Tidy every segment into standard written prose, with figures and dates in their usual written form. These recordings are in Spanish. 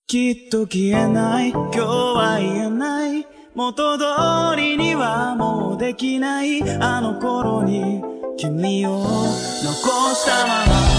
きっと消えない今日は言えない元通りにはもうできないあの頃に君を残したまま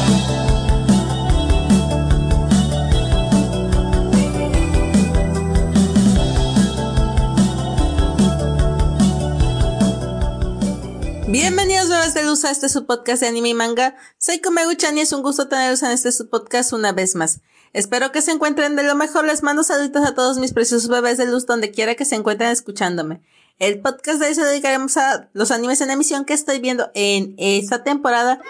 Bienvenidos bebés de luz a este su podcast de anime y manga. Soy Komegu-chan y es un gusto tenerlos en este su podcast una vez más. Espero que se encuentren de lo mejor. Les mando saluditos a todos mis preciosos bebés de luz donde quiera que se encuentren escuchándome. El podcast de hoy se dedicaremos a los animes en emisión que estoy viendo en esta temporada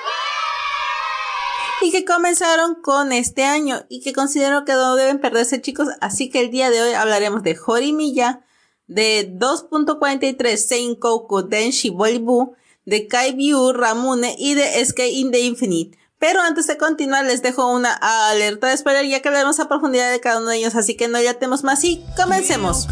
y que comenzaron con este año y que considero que no deben perderse, chicos. Así que el día de hoy hablaremos de Horimiya, de 2.43 Senkoku Denshi Volleyball, de Kaibyu Ramune y de Escape in the Infinite. Pero antes de continuar les dejo una alerta de spoiler ya que hablaremos a profundidad de cada uno de ellos, así que no dilatemos más y comencemos.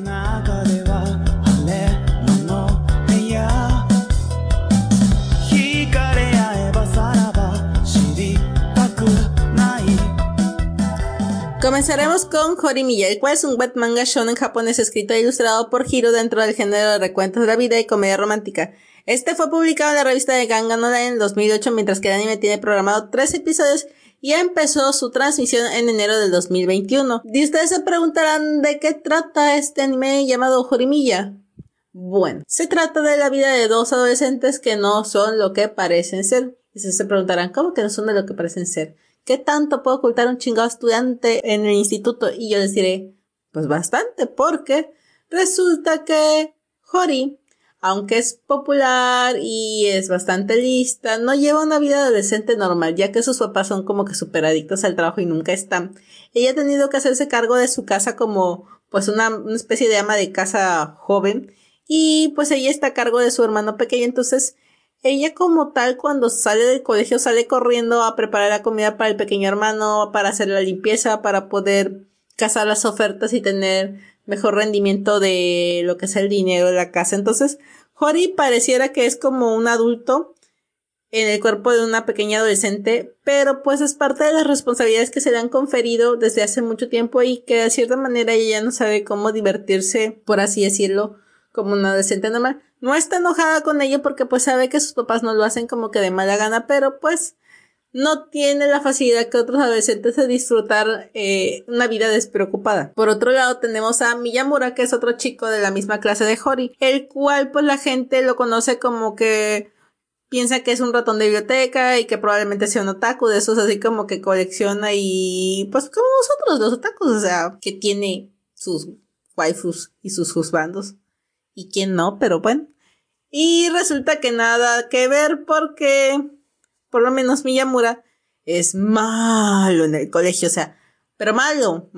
Comenzaremos con Horimiya, el cual es un web manga shonen japonés escrito e ilustrado por Hiro dentro del género de recuentos de la vida y comedia romántica. Este fue publicado en la revista de Gangan Online en el 2008, mientras que el anime tiene programado 3 episodios y empezó su transmisión en enero del 2021. Y ustedes se preguntarán de qué trata este anime llamado Horimiya. Bueno, se trata de la vida de dos adolescentes que no son lo que parecen ser. Y se preguntarán, ¿cómo que no son de lo que parecen ser? ¿Qué tanto puede ocultar un chingado estudiante en el instituto? Y yo les diré, pues bastante, porque resulta que Hori, aunque es popular y es bastante lista, no lleva una vida adolescente normal, ya que sus papás son como que súper adictos al trabajo y nunca están. Ella ha tenido que hacerse cargo de su casa como pues una especie de ama de casa joven, y pues ella está a cargo de su hermano pequeño. Entonces ella como tal cuando sale del colegio sale corriendo a preparar la comida para el pequeño hermano, para hacer la limpieza, para poder cazar las ofertas y tener mejor rendimiento de lo que es el dinero de la casa. Entonces Hori pareciera que es como un adulto en el cuerpo de una pequeña adolescente, pero pues es parte de las responsabilidades que se le han conferido desde hace mucho tiempo y que de cierta manera ella ya no sabe cómo divertirse, por así decirlo, como una adolescente normal. No está enojada con ella porque pues sabe que sus papás no lo hacen como que de mala gana, pero pues no tiene la facilidad que otros adolescentes de disfrutar una vida despreocupada. Por otro lado tenemos a Miyamura, que es otro chico de la misma clase de Hori, el cual pues la gente lo conoce como que piensa que es un ratón de biblioteca y que probablemente sea un otaku, de esos así como que colecciona y pues como nosotros los otakus, o sea, que tiene sus waifus y sus husbandos. Y quién no, pero bueno. Y resulta que nada que ver porque por lo menos Miyamura es malo en el colegio, o sea, pero malo,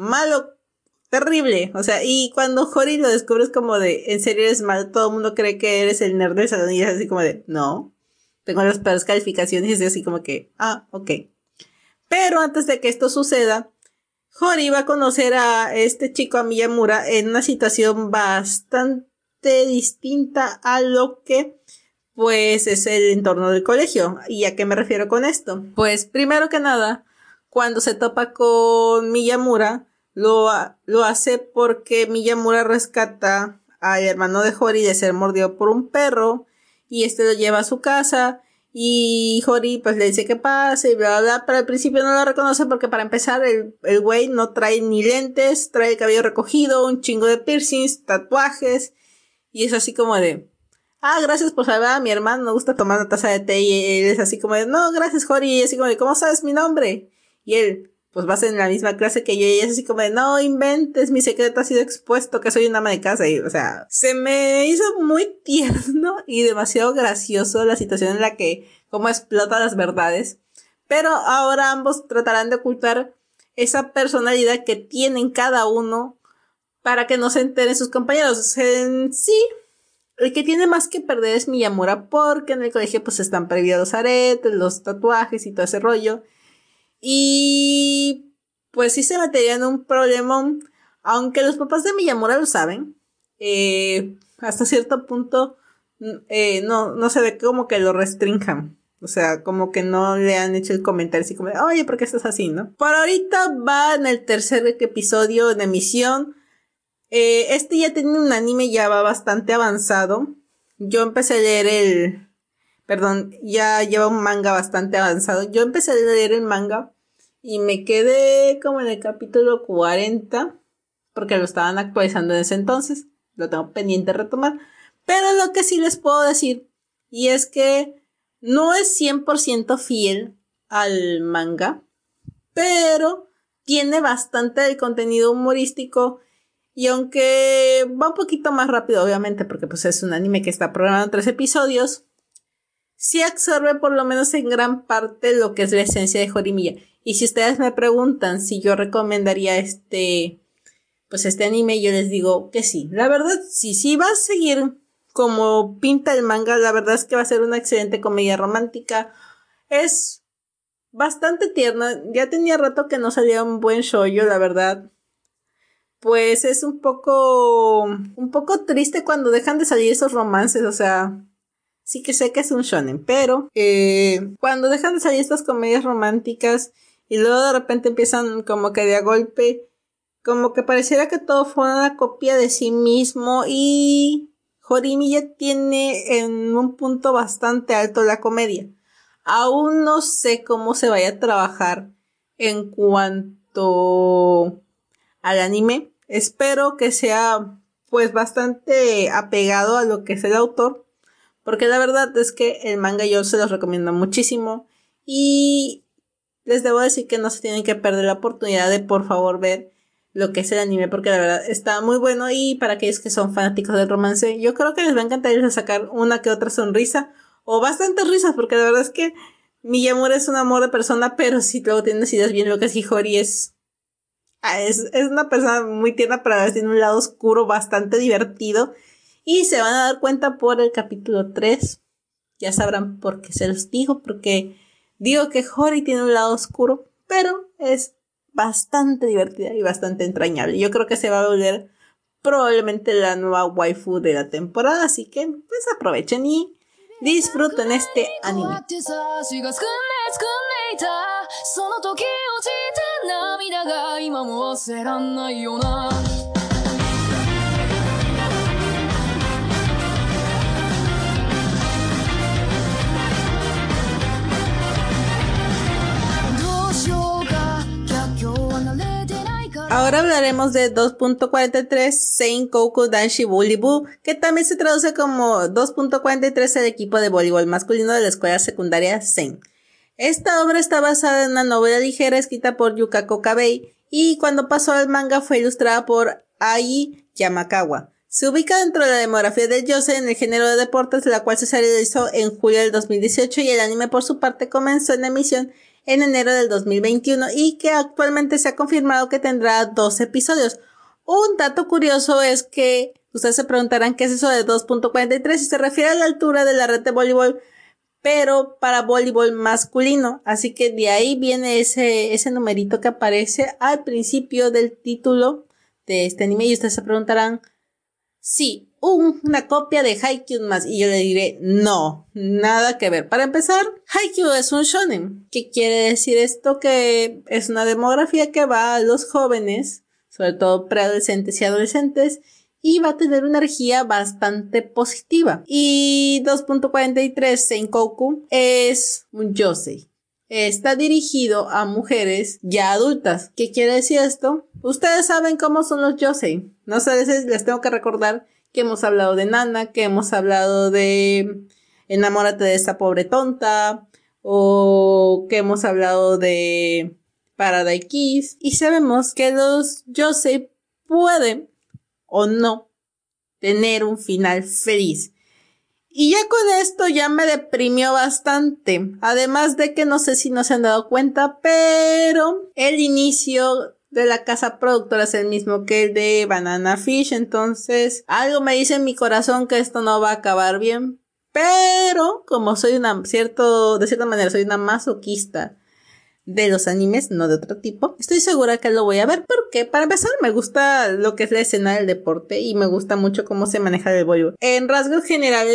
terrible, o sea, y cuando Hori lo descubres como de, en serio eres malo, todo el mundo cree que eres el nerd del salón y es así como de, no, tengo las peores calificaciones y es así como que, ok. Pero antes de que esto suceda, Hori va a conocer a este chico, a Miyamura, en una situación bastante distinta a lo que pues es el entorno del colegio. ¿Y a qué me refiero con esto? Pues primero que nada, cuando se topa con Miyamura, lo hace porque Miyamura rescata al hermano de Hori de ser mordido por un perro y este lo lleva a su casa y Hori pues le dice que pase y bla bla bla, pero al principio no lo reconoce porque para empezar el güey no trae ni lentes, trae el cabello recogido, un chingo de piercings, tatuajes. Y es así como de, gracias por salvar a mi hermano, me gusta tomar una taza de té. Y él es así como de, no, gracias, Hori. Y es así como de, ¿cómo sabes mi nombre? Y él, pues vas en la misma clase que yo. Y es así como de, no inventes, mi secreto ha sido expuesto, que soy una ama de casa. Y, o sea, se me hizo muy tierno y demasiado gracioso la situación en la que, como explota las verdades. Pero ahora ambos tratarán de ocultar esa personalidad que tienen cada uno para que no se enteren sus compañeros. En sí, el que tiene más que perder es Miyamura, porque en el colegio pues están prohibidos los aretes, los tatuajes y todo ese rollo. Y pues sí se metería en un problemón, aunque los papás de Miyamura lo saben. Hasta cierto punto no se ve como que lo restrinjan. O sea, como que no le han hecho el comentario así como, oye, ¿por qué estás así, no? Por ahorita va en el tercer episodio de emisión. Este ya tiene un anime, ya va bastante avanzado. Yo empecé a leer ya lleva un manga bastante avanzado. Yo empecé a leer el manga y me quedé como en el capítulo 40, porque lo estaban actualizando en ese entonces. Lo tengo pendiente de retomar. Pero lo que sí les puedo decir, y es que no es 100% fiel al manga, pero tiene bastante del contenido humorístico. Y aunque va un poquito más rápido, obviamente, porque pues es un anime que está programado en 3 episodios, sí absorbe por lo menos en gran parte lo que es la esencia de Horimiya. Y si ustedes me preguntan si yo recomendaría este anime, yo les digo que sí. La verdad, sí va a seguir como pinta el manga, la verdad es que va a ser una excelente comedia romántica. Es bastante tierna, ya tenía rato que no salía un buen shoujo, la verdad. Pues es un poco triste cuando dejan de salir esos romances, o sea, sí que sé que es un shonen, pero cuando dejan de salir estas comedias románticas y luego de repente empiezan como que de a golpe, como que pareciera que todo fue una copia de sí mismo, y Horimiya tiene en un punto bastante alto la comedia. Aún no sé cómo se vaya a trabajar en cuanto al anime. Espero que sea pues bastante apegado a lo que es el autor, porque la verdad es que el manga yo se los recomiendo muchísimo y les debo decir que no se tienen que perder la oportunidad de por favor ver lo que es el anime, porque la verdad está muy bueno. Y para aquellos que son fanáticos del romance, yo creo que les va a encantar irles a sacar una que otra sonrisa o bastantes risas, porque la verdad es que Miyamura es un amor de persona, pero si luego tienes ideas bien locas, y Hori es una persona muy tierna, pero a veces tiene un lado oscuro bastante divertido. Y se van a dar cuenta por el capítulo 3. Ya sabrán por qué se los digo, porque digo que Hori tiene un lado oscuro, pero es bastante divertida y bastante entrañable. Yo creo que se va a volver probablemente la nueva waifu de la temporada, así que pues aprovechen y disfruten este anime. Ahora hablaremos de 2.43 Senkoku Danshi Volleyball, que también se traduce como 2.43 el equipo de voleibol masculino de la escuela secundaria Sen. Esta obra está basada en una novela ligera escrita por Yukako Kabei, y cuando pasó al manga fue ilustrada por Ai Yamakawa. Se ubica dentro de la demografía del yosei en el género de deportes, la cual se realizó en julio del 2018, y el anime por su parte comenzó en emisión en enero del 2021 y que actualmente se ha confirmado que tendrá 2 episodios. Un dato curioso es que ustedes se preguntarán qué es eso de 2.43 y se refiere a la altura de la red de voleibol, pero para voleibol masculino. Así que de ahí viene ese numerito que aparece al principio del título de este anime, y ustedes se preguntarán, sí, una copia de Haikyuu más, y yo le diré, no, nada que ver. Para empezar, Haikyuu es un shonen. ¿Qué quiere decir esto? Que es una demografía que va a los jóvenes, sobre todo preadolescentes y adolescentes, y va a tener una energía bastante positiva. Y 2.43 Senkoku es un yosei. Está dirigido a mujeres ya adultas. ¿Qué quiere decir esto? Ustedes saben cómo son los yosei. No sé, les tengo que recordar que hemos hablado de Nana, que hemos hablado de Enamórate de esta pobre tonta, o que hemos hablado de Paradise Kiss. Y sabemos que los yosei pueden o no tener un final feliz. Y ya con esto ya me deprimió bastante. Además de que no sé si no se han dado cuenta, pero el inicio de la casa productora es el mismo que el de Banana Fish. Entonces algo me dice en mi corazón que esto no va a acabar bien. Pero como soy de cierta manera soy una masoquista de los animes, no de otro tipo, estoy segura que lo voy a ver, porque para empezar me gusta lo que es la escena del deporte y me gusta mucho cómo se maneja el voleibol. En rasgos generales,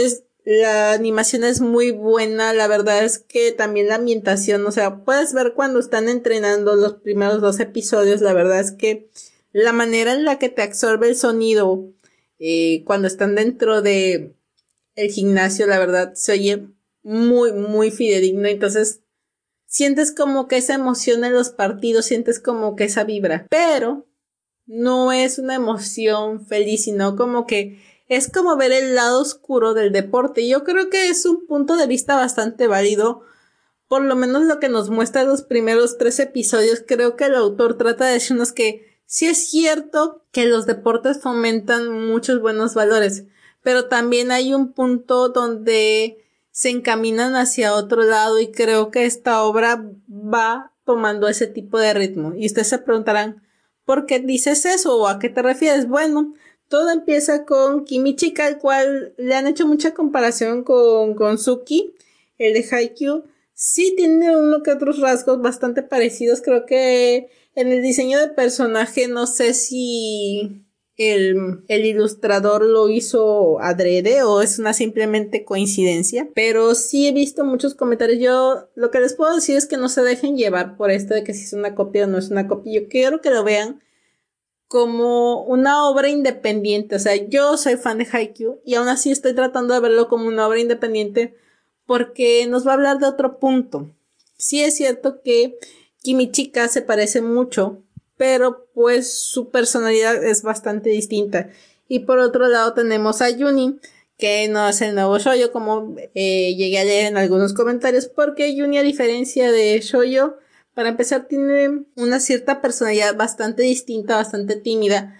La animación es muy buena, la verdad es que también la ambientación, o sea, puedes ver cuando están entrenando los primeros 2 episodios, la verdad es que la manera en la que te absorbe el sonido cuando están dentro de el gimnasio, la verdad, se oye muy, muy fidedigno, entonces sientes como que esa emoción en los partidos, sientes como que esa vibra, pero no es una emoción feliz, sino como que es como ver el lado oscuro del deporte. Yo creo que es un punto de vista bastante válido, por lo menos lo que nos muestra los primeros 3 episodios. Creo que el autor trata de decirnos que sí es cierto que los deportes fomentan muchos buenos valores, pero también hay un punto donde se encaminan hacia otro lado y creo que esta obra va tomando ese tipo de ritmo. Y ustedes se preguntarán, ¿por qué dices eso? ¿O a qué te refieres? Bueno, todo empieza con Kimichika, al cual le han hecho mucha comparación con Suki, el de Haikyuu. Sí tiene uno que otros rasgos bastante parecidos. Creo que en el diseño de personaje, no sé si el ilustrador lo hizo adrede o es una simplemente coincidencia, pero sí he visto muchos comentarios. Yo lo que les puedo decir es que no se dejen llevar por esto de que si es una copia o no es una copia. Yo quiero que lo vean como una obra independiente. O sea, yo soy fan de Haikyuu y aún así estoy tratando de verlo como una obra independiente porque nos va a hablar de otro punto. Sí es cierto que Kimichika se parece mucho, pero pues su personalidad es bastante distinta. Y por otro lado tenemos a Yuni, que no es el nuevo shoujo, como llegué a leer en algunos comentarios, porque Yuni, a diferencia de shoujo, para empezar tiene una cierta personalidad bastante distinta, bastante tímida,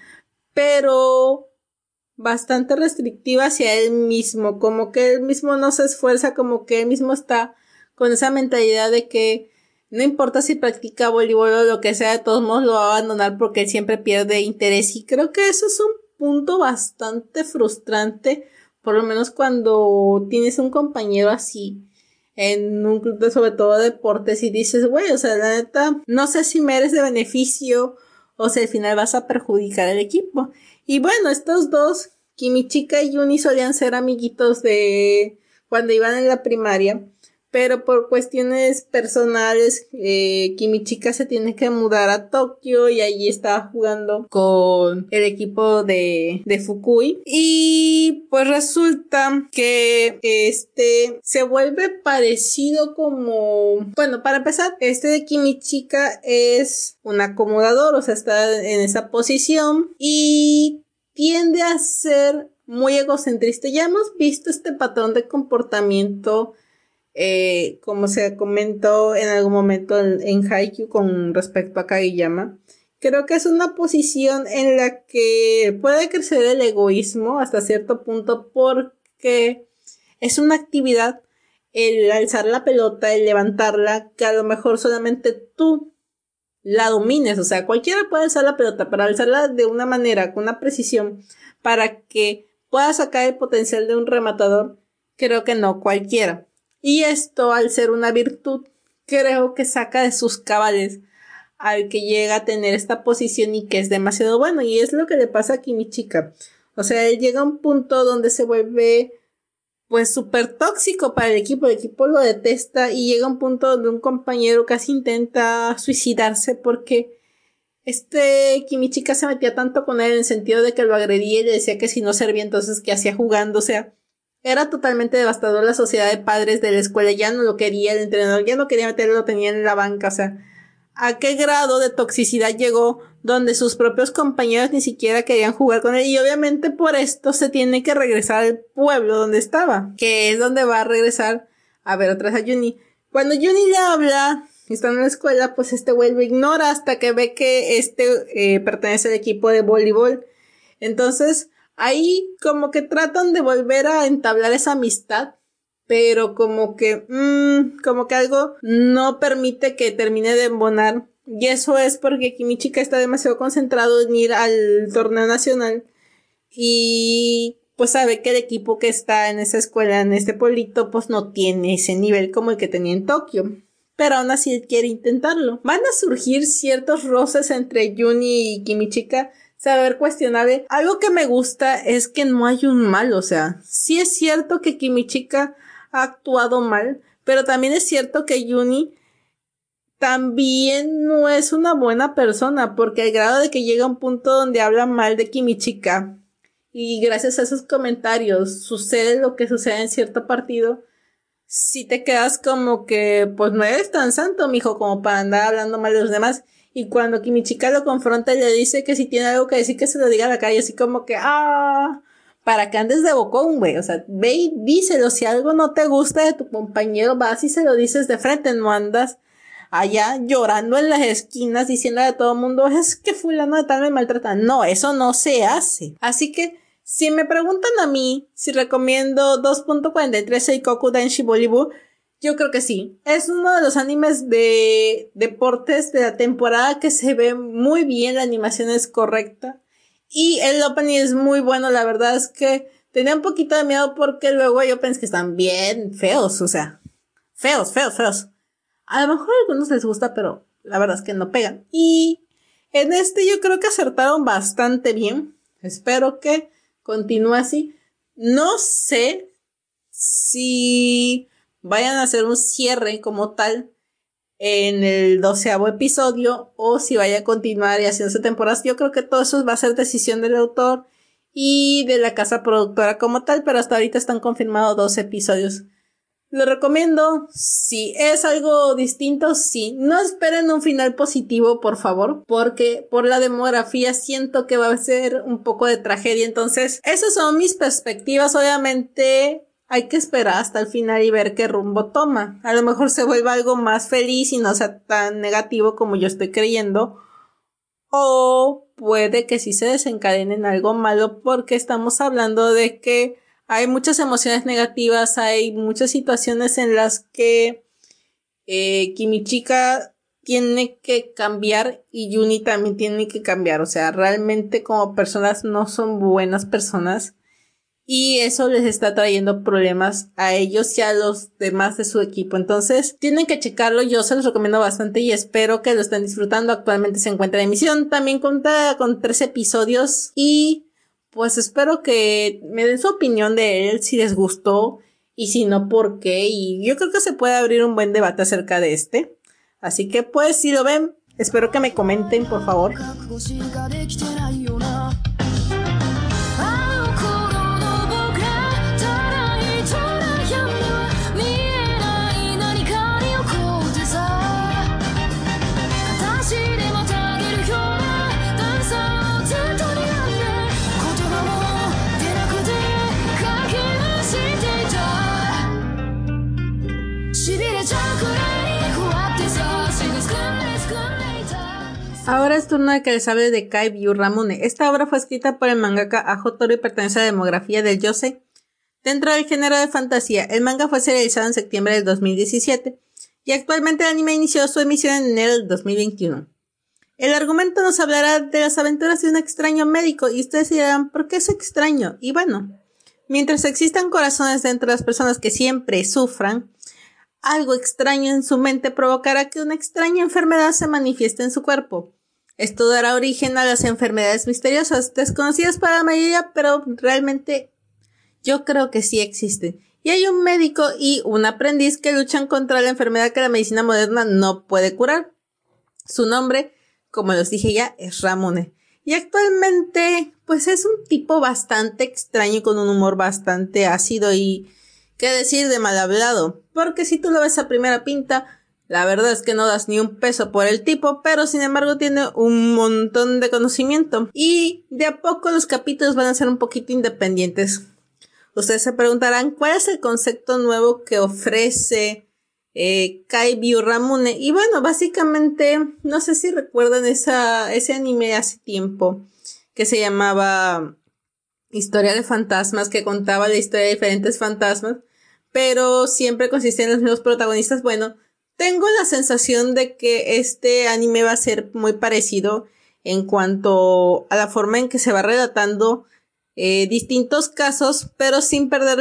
pero bastante restrictiva hacia él mismo, como que él mismo no se esfuerza, como que él mismo está con esa mentalidad de que no importa si practica voleibol o lo que sea, de todos modos lo va a abandonar porque él siempre pierde interés, y creo que eso es un punto bastante frustrante, por lo menos cuando tienes un compañero así en un club de, sobre todo, deportes, y dices, güey, o sea, la neta, no sé si me eres de beneficio o si al final vas a perjudicar al equipo. Y bueno, estos dos, Kimichika y Yuni, solían ser amiguitos de cuando iban en la primaria, pero por cuestiones personales, Kimichika se tiene que mudar a Tokio y allí estaba jugando con el equipo de Fukui. Y pues resulta que se vuelve parecido como... Bueno, para empezar, de Kimichika es un acomodador, o sea, está en esa posición y tiende a ser muy egocentrista. Ya hemos visto este patrón de comportamiento, como se comentó en algún momento en Haikyuu con respecto a Kageyama. Creo que es una posición en la que puede crecer el egoísmo hasta cierto punto, porque es una actividad, el alzar la pelota, el levantarla, que a lo mejor solamente tú la domines. O sea, cualquiera puede alzar la pelota, pero alzarla de una manera, con una precisión, para que pueda sacar el potencial de un rematador, creo que no cualquiera. Y esto, al ser una virtud, creo que saca de sus cabales al que llega a tener esta posición y que es demasiado bueno. Y es lo que le pasa a Kimichika. O sea, él llega a un punto donde se vuelve pues súper tóxico para el equipo lo detesta, y llega a un punto donde un compañero casi intenta suicidarse porque Kimichika se metía tanto con él en el sentido de que lo agredía y le decía que si no servía, entonces ¿qué hacía jugando? O sea, era totalmente devastador. La sociedad de padres de la escuela ya no lo quería, el entrenador ya no quería meterlo, lo tenía en la banca. O sea, ¿a qué grado de toxicidad llegó donde sus propios compañeros ni siquiera querían jugar con él? Y obviamente por esto se tiene que regresar al pueblo donde estaba, que es donde va a regresar a ver otra vez a Yuni. Cuando Yuni le habla, está en la escuela, pues güey lo ignora hasta que ve que pertenece al equipo de voleibol. Entonces ahí como que tratan de volver a entablar esa amistad, pero como que algo no permite que termine de embonar. Y eso es porque Kimichika está demasiado concentrado en ir al torneo nacional y pues sabe que el equipo que está en esa escuela, en este pueblito, pues no tiene ese nivel como el que tenía en Tokio. Pero aún así él quiere intentarlo. Van a surgir ciertos roces entre Yuni y Kimichika. saber cuestionable. Algo que me gusta es que no hay un mal, o sea, sí es cierto que Kimichika ha actuado mal, pero también es cierto que Yuni también no es una buena persona, porque al grado de que llega a un punto donde habla mal de Kimichika, y gracias a esos comentarios sucede lo que sucede en cierto partido, si te quedas como que, pues no eres tan santo, mijo, como para andar hablando mal de los demás. Y cuando Kimichika lo confronta y le dice que si tiene algo que decir que se lo diga a la calle, así como que, para que andes de bocón, güey. O sea, ve y díselo. Si algo no te gusta de tu compañero, vas y se lo dices de frente, no andas allá llorando en las esquinas diciéndole a todo el mundo, es que fulano de tal me maltrata. No, eso no se hace. Así que, si me preguntan a mí si recomiendo 2.43 Seikoku Denshi Bollywood, yo creo que sí. Es uno de los animes de deportes de la temporada que se ve muy bien, la animación es correcta. Y el opening es muy bueno, la verdad es que tenía un poquito de miedo porque luego yo pensé que están bien feos, o sea, feos. A lo mejor a algunos les gusta, pero la verdad es que no pegan. Y en este yo creo que acertaron bastante bien. Espero que continúe así. No sé si vayan a hacer un cierre como tal en el 12º episodio o si vaya a continuar y haciéndose temporadas. Yo creo que todo eso va a ser decisión del autor y de la casa productora como tal, pero hasta ahorita están confirmados 2 episodios. Lo recomiendo, si es algo distinto, sí. No esperen un final positivo, por favor, porque por la demografía siento que va a ser un poco de tragedia. Entonces, esas son mis perspectivas. Obviamente, hay que esperar hasta el final y ver qué rumbo toma. A lo mejor se vuelva algo más feliz y no sea tan negativo como yo estoy creyendo. O puede que sí se desencadene en algo malo, porque estamos hablando de que hay muchas emociones negativas, hay muchas situaciones en las que Kimichika tiene que cambiar y Yuni también tiene que cambiar. O sea, realmente como personas no son buenas personas y eso les está trayendo problemas a ellos y a los demás de su equipo. Entonces, tienen que checarlo. Yo se los recomiendo bastante y espero que lo estén disfrutando. Actualmente se encuentra en emisión. También cuenta con 3 episodios y pues espero que me den su opinión de él, si les gustó y si no, por qué. Y yo creo que se puede abrir un buen debate acerca de este. Así que pues si lo ven, espero que me comenten, por favor. Ahora es turno de que les hable de Kaibyu Ramune. Esta obra fue escrita por el mangaka Ajo Toro y pertenece a la demografía del Yosei. Dentro del género de fantasía, el manga fue serializado en septiembre del 2017 y actualmente el anime inició su emisión en enero del 2021. El argumento nos hablará de las aventuras de un extraño médico y ustedes dirán, ¿por qué es extraño? Y bueno, mientras existan corazones dentro de las personas que siempre sufran, algo extraño en su mente provocará que una extraña enfermedad se manifieste en su cuerpo. Esto dará origen a las enfermedades misteriosas, desconocidas para la mayoría, pero realmente yo creo que sí existen. Y hay un médico y un aprendiz que luchan contra la enfermedad que la medicina moderna no puede curar. Su nombre, como les dije ya, es Ramune. Y actualmente, pues es un tipo bastante extraño con un humor bastante ácido y, qué decir, de mal hablado. Porque si tú lo ves a primera pinta, la verdad es que no das ni un peso por el tipo, pero sin embargo tiene un montón de conocimiento. Y de a poco los capítulos van a ser un poquito independientes. Ustedes se preguntarán, ¿cuál es el concepto nuevo que ofrece Kaibyu Ramune? Y bueno, básicamente, no sé si recuerdan ese anime hace tiempo que se llamaba Historia de Fantasmas, que contaba la historia de diferentes fantasmas, pero siempre consistía en los mismos protagonistas. Bueno, tengo la sensación de que este anime va a ser muy parecido en cuanto a la forma en que se va relatando distintos casos, pero sin perder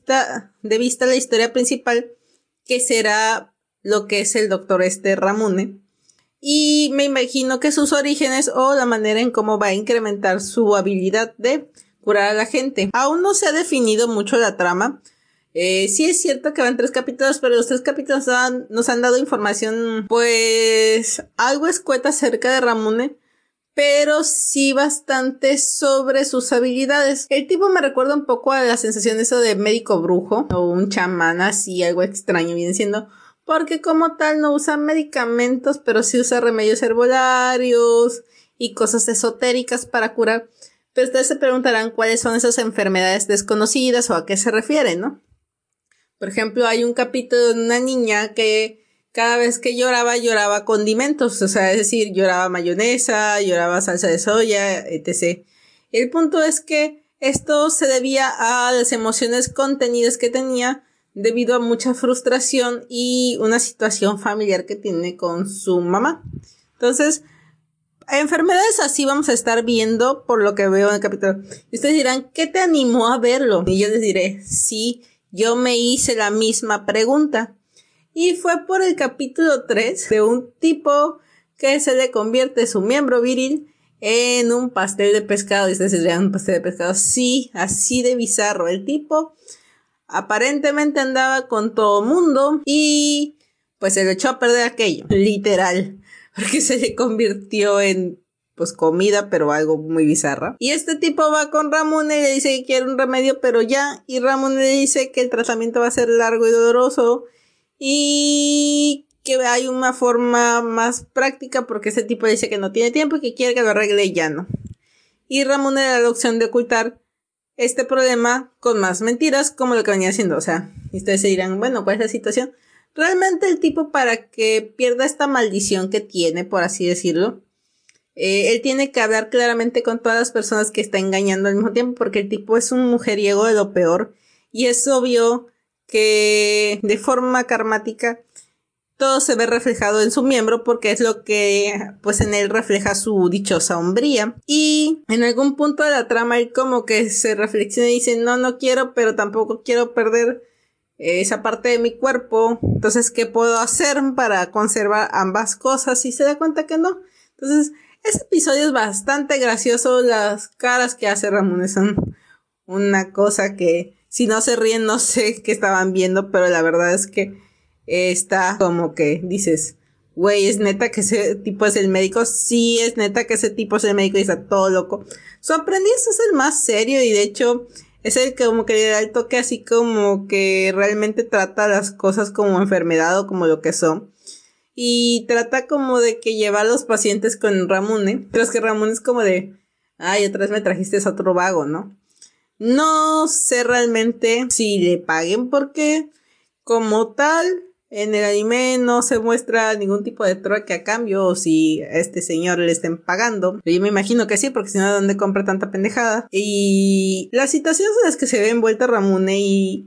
de vista la historia principal, que será lo que es el doctor Ramune. y me imagino que sus orígenes o la manera en cómo va a incrementar su habilidad de curar a la gente. Aún no se ha definido mucho la trama. Sí es cierto que van 3 capítulos, pero los 3 capítulos nos han dado información pues algo escueta acerca de Ramune, pero sí bastante sobre sus habilidades. El tipo me recuerda un poco a la sensación eso de médico brujo o un chamán, así algo extraño viene siendo, porque como tal no usa medicamentos, pero sí usa remedios herbolarios y cosas esotéricas para curar. Pero ustedes se preguntarán cuáles son esas enfermedades desconocidas o a qué se refieren, ¿no? Por ejemplo, hay un capítulo de una niña que cada vez que lloraba condimentos, o sea, es decir, lloraba mayonesa, lloraba salsa de soya, etc. El punto es que esto se debía a las emociones contenidas que tenía debido a mucha frustración y una situación familiar que tiene con su mamá. Entonces, enfermedades así vamos a estar viendo por lo que veo en el capítulo. Y ustedes dirán, ¿qué te animó a verlo? Y yo les diré, sí, yo me hice la misma pregunta. Y fue por el capítulo 3 de un tipo que se le convierte su miembro viril en un pastel de pescado. Y ustedes dirán, ¿un pastel de pescado? Sí, así de bizarro. El tipo aparentemente andaba con todo mundo y pues se le echó a perder aquello, literal, porque se le convirtió en pues comida, pero algo muy bizarra. Y este tipo va con Ramune y le dice que quiere un remedio, pero ya, y Ramune le dice que el tratamiento va a ser largo y doloroso y que hay una forma más práctica porque este tipo le dice que no tiene tiempo y que quiere que lo arregle ya no. Y Ramune le da la opción de ocultar este problema con más mentiras, como lo que venía haciendo. O sea, y ustedes se dirán, bueno, ¿cuál es la situación? Realmente el tipo, para que pierda esta maldición que tiene, por así decirlo, él tiene que hablar claramente con todas las personas que está engañando al mismo tiempo, porque el tipo es un mujeriego de lo peor, y es obvio que de forma karmática todo se ve reflejado en su miembro, porque es lo que pues en él refleja su dichosa hombría. Y en algún punto de la trama él como que se reflexiona y dice, no quiero, pero tampoco quiero perder esa parte de mi cuerpo, entonces ¿qué puedo hacer para conservar ambas cosas? Y se da cuenta que no. Entonces ese episodio es bastante gracioso. Las caras que hace Ramune son una cosa que si no se ríen no sé qué estaban viendo, pero la verdad es que está como que dices, güey, ¿es neta que ese tipo es el médico? Sí, es neta que ese tipo es el médico y está todo loco. Su aprendiz es el más serio y de hecho es el que como que le da el toque así como que realmente trata las cosas como enfermedad o como lo que son. Y trata como de que lleva a los pacientes con Ramune, pero es que Ramune es como de, ay, otra vez me trajiste a otro vago, ¿no? No sé realmente si le paguen porque como tal en el anime no se muestra ningún tipo de trueque a cambio o si a este señor le estén pagando. Yo me imagino que sí, porque si no, ¿de dónde compra tanta pendejada? Y las situaciones en las que se ve envuelta Ramune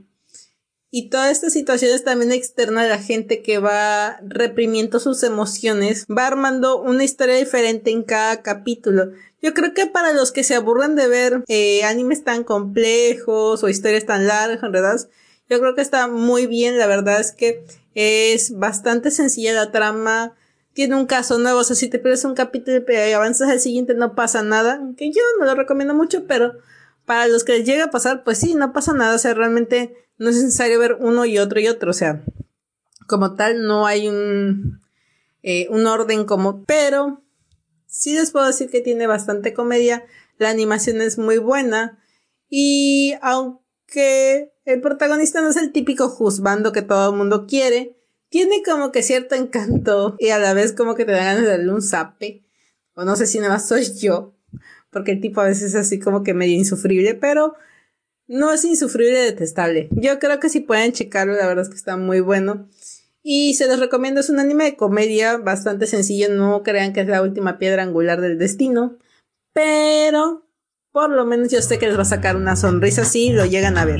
y toda esta situación es también externa de la gente que va reprimiendo sus emociones, va armando una historia diferente en cada capítulo. Yo creo que para los que se aburren de ver animes tan complejos o historias tan largas, enredadas, yo creo que está muy bien. La verdad es que es bastante sencilla la trama, tiene un caso nuevo, o sea, si te pierdes un capítulo y avanzas al siguiente no pasa nada, aunque yo no lo recomiendo mucho, pero para los que les llega a pasar, pues sí, no pasa nada, o sea, realmente no es necesario ver uno y otro, o sea, como tal no hay un orden como, pero sí les puedo decir que tiene bastante comedia, la animación es muy buena y aunque el protagonista no es el típico juzgando que todo el mundo quiere, tiene como que cierto encanto y a la vez como que te da ganas de darle un zape, o no sé si nada más soy yo, porque el tipo a veces es así como que medio insufrible, pero no es insufrible, detestable. Yo creo que si pueden checarlo, la verdad es que está muy bueno. Y se los recomiendo, es un anime de comedia bastante sencillo, no crean que es la última piedra angular del destino, pero por lo menos yo sé que les va a sacar una sonrisa si lo llegan a ver.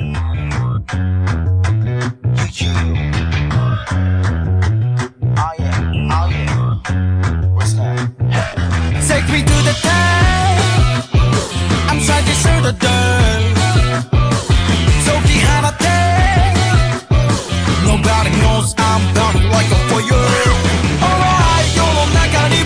Take me to the top. I'm trying to shoot the dirt. So behind a day, nobody knows I'm down like a fire. Alright, 世の中に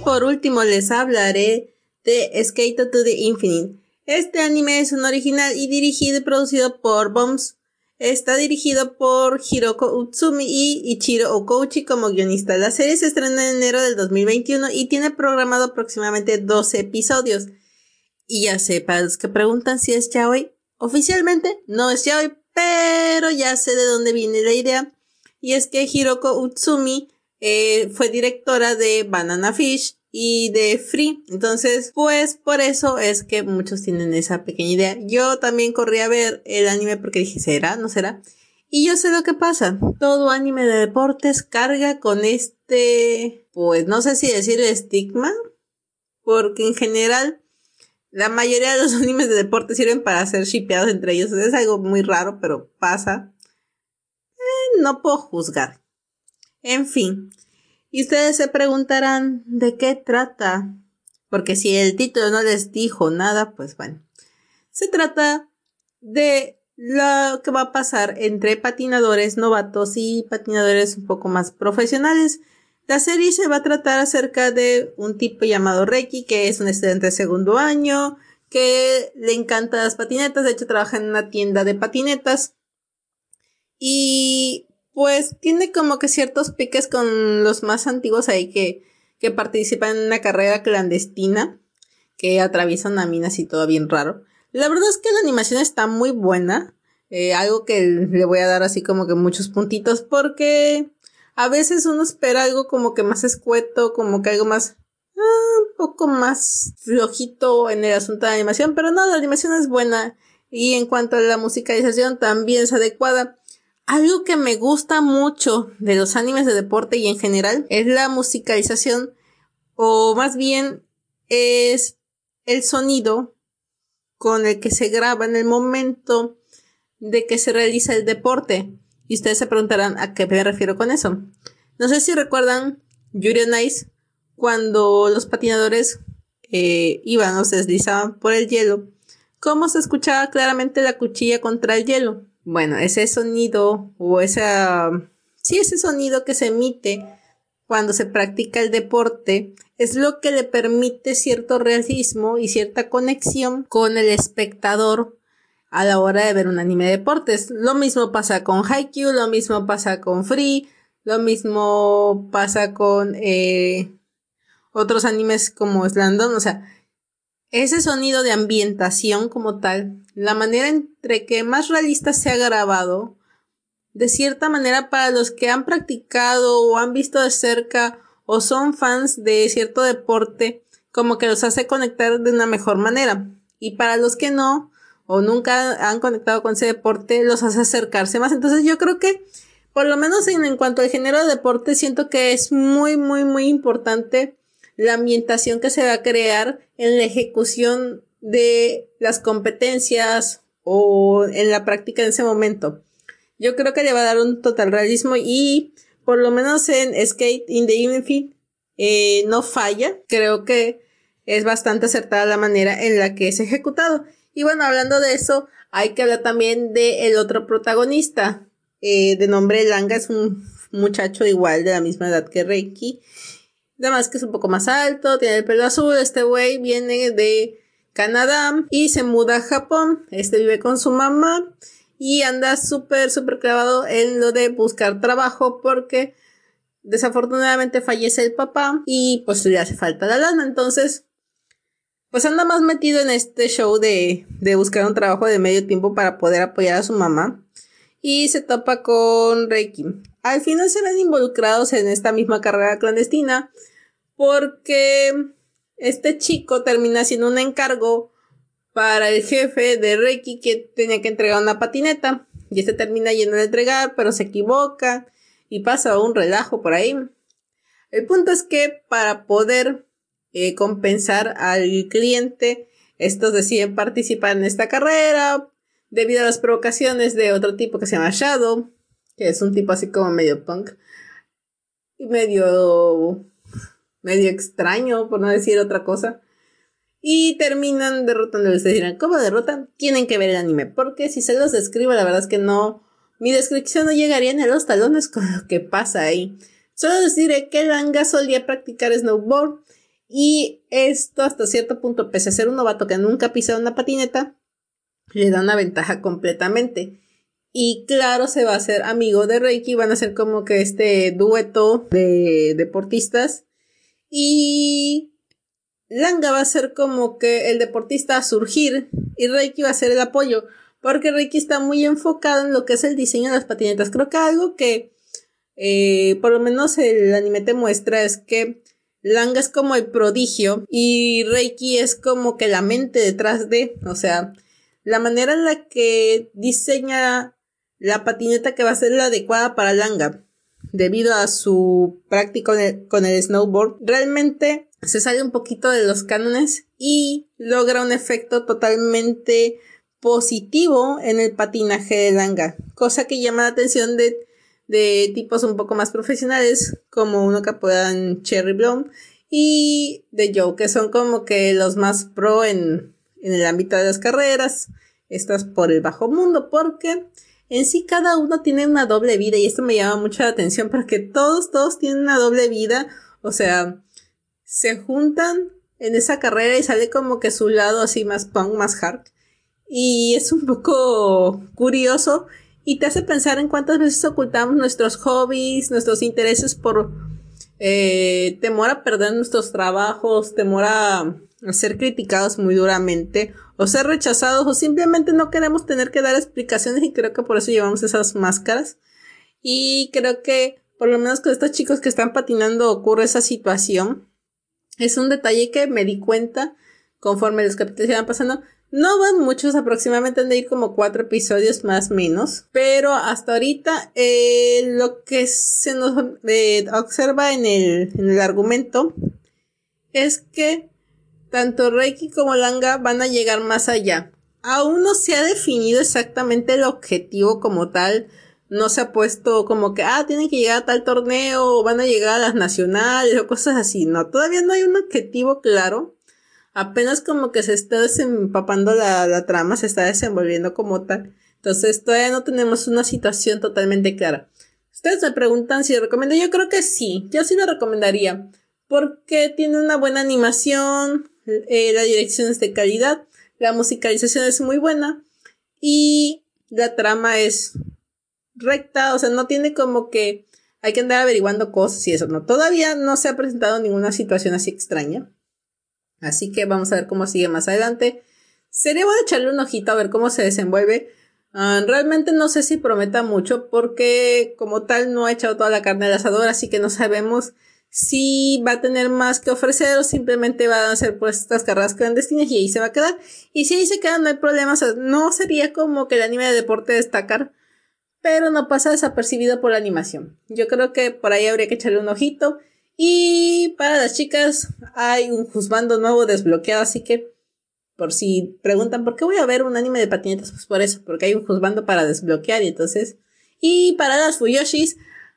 por último les hablaré de Skate to the Infinite. Este anime es un original y dirigido y producido por Bombs. Está dirigido por Hiroko Utsumi y Ichiro Okouchi como guionista. La serie se estrenó en enero del 2021 y tiene programado aproximadamente 12 episodios. Y ya sé, para los que preguntan si es yaoi, oficialmente no es yaoi, pero ya sé de dónde viene la idea. Y es que Hiroko Utsumi fue directora de Banana Fish y de Free. Entonces, pues por eso es que muchos tienen esa pequeña idea. Yo también corrí a ver el anime porque dije, ¿será? ¿No será? Y yo sé lo que pasa. Todo anime de deportes carga con pues no sé si decirle estigma, porque en general la mayoría de los animes de deporte sirven para ser shippeados entre ellos. Es algo muy raro, pero pasa. No puedo juzgar. En fin. Y ustedes se preguntarán ¿de qué trata? Porque si el título no les dijo nada, pues bueno. Se trata de lo que va a pasar entre patinadores novatos y patinadores un poco más profesionales. La serie se va a tratar acerca de un tipo llamado Reiki, que es un estudiante de segundo año, que le encantan las patinetas, de hecho trabaja en una tienda de patinetas. Y pues tiene como que ciertos piques con los más antiguos ahí que participan en una carrera clandestina, que atraviesan una mina así todo bien raro. La verdad es que la animación está muy buena, algo que le voy a dar así como que muchos puntitos, porque a veces uno espera algo como que más escueto, como que algo más, un poco más flojito en el asunto de la animación, pero no, la animación es buena, y en cuanto a la musicalización también es adecuada. Algo que me gusta mucho de los animes de deporte y en general es la musicalización, o más bien es el sonido con el que se graba en el momento de que se realiza el deporte. Y ustedes se preguntarán a qué me refiero con eso. No sé si recuerdan Yuri on Ice, cuando los patinadores iban o se deslizaban por el hielo, cómo se escuchaba claramente la cuchilla contra el hielo. Bueno, ese sonido o ese sonido que se emite cuando se practica el deporte es lo que le permite cierto realismo y cierta conexión con el espectador a la hora de ver un anime de deportes. Lo mismo pasa con Haikyuu, lo mismo pasa con Free, lo mismo pasa con otros animes como Slam Dunk, o sea, ese sonido de ambientación como tal, la manera entre que más realista se ha grabado, de cierta manera para los que han practicado o han visto de cerca o son fans de cierto deporte, como que los hace conectar de una mejor manera. Y para los que no, o nunca han conectado con ese deporte, los hace acercarse más. Entonces yo creo que, por lo menos en cuanto al género de deporte, siento que es muy, muy, muy importante la ambientación que se va a crear en la ejecución de las competencias o en la práctica en ese momento. Yo creo que le va a dar un total realismo y por lo menos en Skate in the Infinite no falla. Creo que es bastante acertada la manera en la que es ejecutado. Y bueno, hablando de eso, hay que hablar también de el otro protagonista, de nombre Langa. Es un muchacho igual de la misma edad que Reiki. Nada más que es un poco más alto, tiene el pelo azul. Este güey viene de Canadá y se muda a Japón. Vive con su mamá y anda súper clavado en lo de buscar trabajo porque desafortunadamente fallece el papá y pues le hace falta la lana. Entonces, pues anda más metido en este show de buscar un trabajo de medio tiempo para poder apoyar a su mamá. Y se topa con Reiki. Al final se ven involucrados en esta misma carrera clandestina porque este chico termina haciendo un encargo para el jefe de Reiki que tenía que entregar una patineta. Y termina yendo a entregar, pero se equivoca y pasa un relajo por ahí. El punto es que para poder compensar al cliente, estos deciden participar en esta carrera debido a las provocaciones de otro tipo que se llama Shadow, que es un tipo así como medio punk y medio extraño, por no decir otra cosa. Y terminan derrotando. Ustedes dirán, ¿cómo derrotan? Tienen que ver el anime, porque si se los describo, la verdad es que no, mi descripción no llegaría ni a los talones con lo que pasa ahí. Solo les diré que Langa solía practicar snowboard Y esto hasta cierto punto, pese a ser un novato que nunca ha pisado una patineta, le da una ventaja completamente. Y claro, se va a hacer amigo de Reiki, van a ser como que este dueto de deportistas. Y Langa va a ser como que el deportista a surgir y Reiki va a ser el apoyo, porque Reiki está muy enfocado en lo que es el diseño de las patinetas. Creo que algo que por lo menos el anime te muestra es que Langa es como el prodigio y Reiki es como que la mente detrás de, o sea, la manera en la que diseña la patineta que va a ser la adecuada para Langa debido a su práctica con el snowboard, realmente se sale un poquito de los cánones y logra un efecto totalmente positivo en el patinaje de Langa, cosa que llama la atención de tipos un poco más profesionales como uno que puedan Cherry Bloom y de Joe, que son como que los más pro en el ámbito de las carreras, estas por el bajo mundo, porque en sí cada uno tiene una doble vida y esto me llama mucho la atención porque todos tienen una doble vida, o sea, se juntan en esa carrera y sale como que su lado así más punk, más hard. Y es un poco curioso y te hace pensar en cuántas veces ocultamos nuestros hobbies, nuestros intereses por temor a perder nuestros trabajos, temor a ser criticados muy duramente o ser rechazados o simplemente no queremos tener que dar explicaciones y creo que por eso llevamos esas máscaras. Y creo que por lo menos con estos chicos que están patinando ocurre esa situación. Es un detalle que me di cuenta conforme los capítulos iban pasando. No van muchos, aproximadamente han de ir como 4 episodios más o menos. Pero hasta ahorita lo que se nos observa en el argumento es que tanto Reiki como Langa van a llegar más allá. Aún no se ha definido exactamente el objetivo como tal. No se ha puesto como que, tienen que llegar a tal torneo, o van a llegar a las nacionales, o cosas así. No, todavía no hay un objetivo claro. Apenas como que se está desempapando la trama, se está desenvolviendo como tal. Entonces todavía no tenemos una situación totalmente clara. Ustedes me preguntan si lo recomiendo. Yo creo que sí, yo sí lo recomendaría. Porque tiene una buena animación, la dirección es de calidad, la musicalización es muy buena y la trama es recta, o sea, no tiene como que hay que andar averiguando cosas y eso, no, todavía no se ha presentado ninguna situación así extraña, así que vamos a ver cómo sigue más adelante. Sería bueno echarle un ojito a ver cómo se desenvuelve. Realmente no sé si prometa mucho porque como tal no ha echado toda la carne al asador, así que no sabemos si va a tener más que ofrecer o simplemente van a hacer pues estas carreras clandestinas y ahí se va a quedar. Y si ahí se queda no hay problema, o sea, no sería como que el anime de deporte destacar, pero no pasa desapercibido por la animación. Yo creo que por ahí habría que echarle un ojito. Y para las chicas hay un juzgando nuevo desbloqueado, así que por si preguntan por qué voy a ver un anime de patinetas, pues por eso, porque hay un juzgando para desbloquear y entonces... Y para las Fuyoshis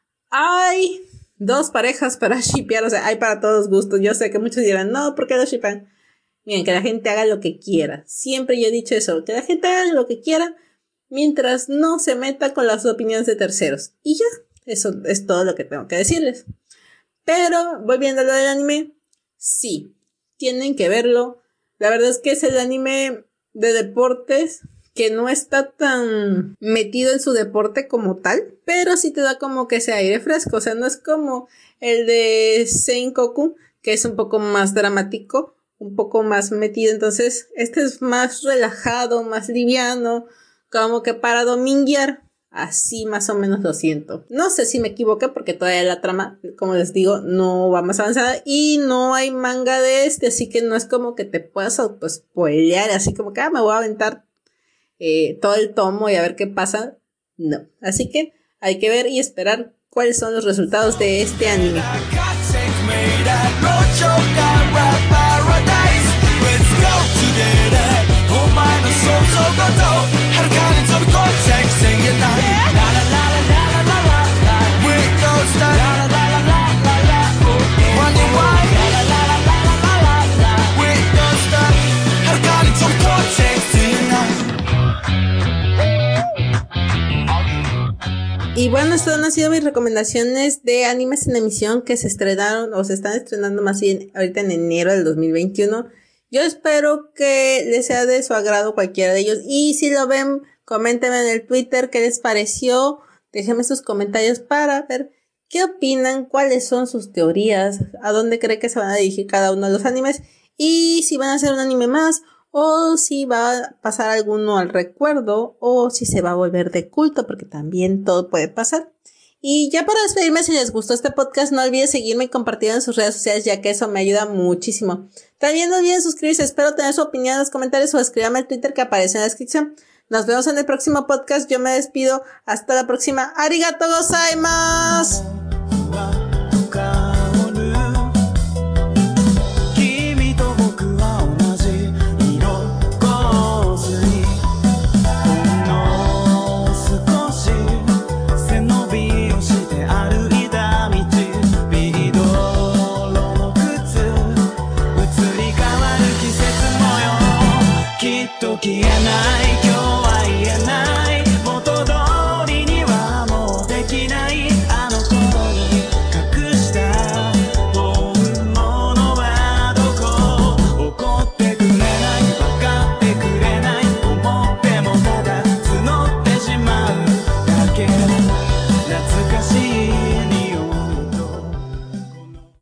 hay 2 parejas para shippear, o sea, hay para todos gustos. Yo sé que muchos dirán, no, ¿por qué lo shippan? Miren, que la gente haga lo que quiera. Siempre yo he dicho eso, que la gente haga lo que quiera mientras no se meta con las opiniones de terceros. Y ya, eso es todo lo que tengo que decirles. Pero, volviendo a lo del anime, sí, tienen que verlo. La verdad es que es el anime de deportes que no está tan metido en su deporte como tal, pero sí te da como que ese aire fresco, o sea, no es como el de Sengoku, que es un poco más dramático, un poco más metido, entonces este es más relajado, más liviano, como que para dominguear, así más o menos lo siento. No sé si me equivoqué porque todavía la trama, como les digo, no va más avanzada y no hay manga de así que no es como que te puedas auto-spoilear, así como que me voy a aventar todo el tomo y a ver qué pasa. No, así que hay que ver y esperar cuáles son los resultados de este anime. Y bueno, estas han sido mis recomendaciones de animes en emisión que se estrenaron o se están estrenando más bien ahorita en enero del 2021. Yo espero que les sea de su agrado cualquiera de ellos. Y si lo ven, coméntenme en el Twitter qué les pareció. Déjenme sus comentarios para ver qué opinan, cuáles son sus teorías, a dónde cree que se van a dirigir cada uno de los animes y si van a hacer un anime más o si va a pasar alguno al recuerdo o si se va a volver de culto, porque también todo puede pasar. Y ya para despedirme, si les gustó este podcast, no olviden seguirme y compartirlo en sus redes sociales, ya que eso me ayuda muchísimo. También no olviden suscribirse, espero tener su opinión en los comentarios o escríbanme al Twitter que aparece en la descripción. Nos vemos en el próximo podcast, yo me despido, hasta la próxima. ¡Arigato gozaimasu!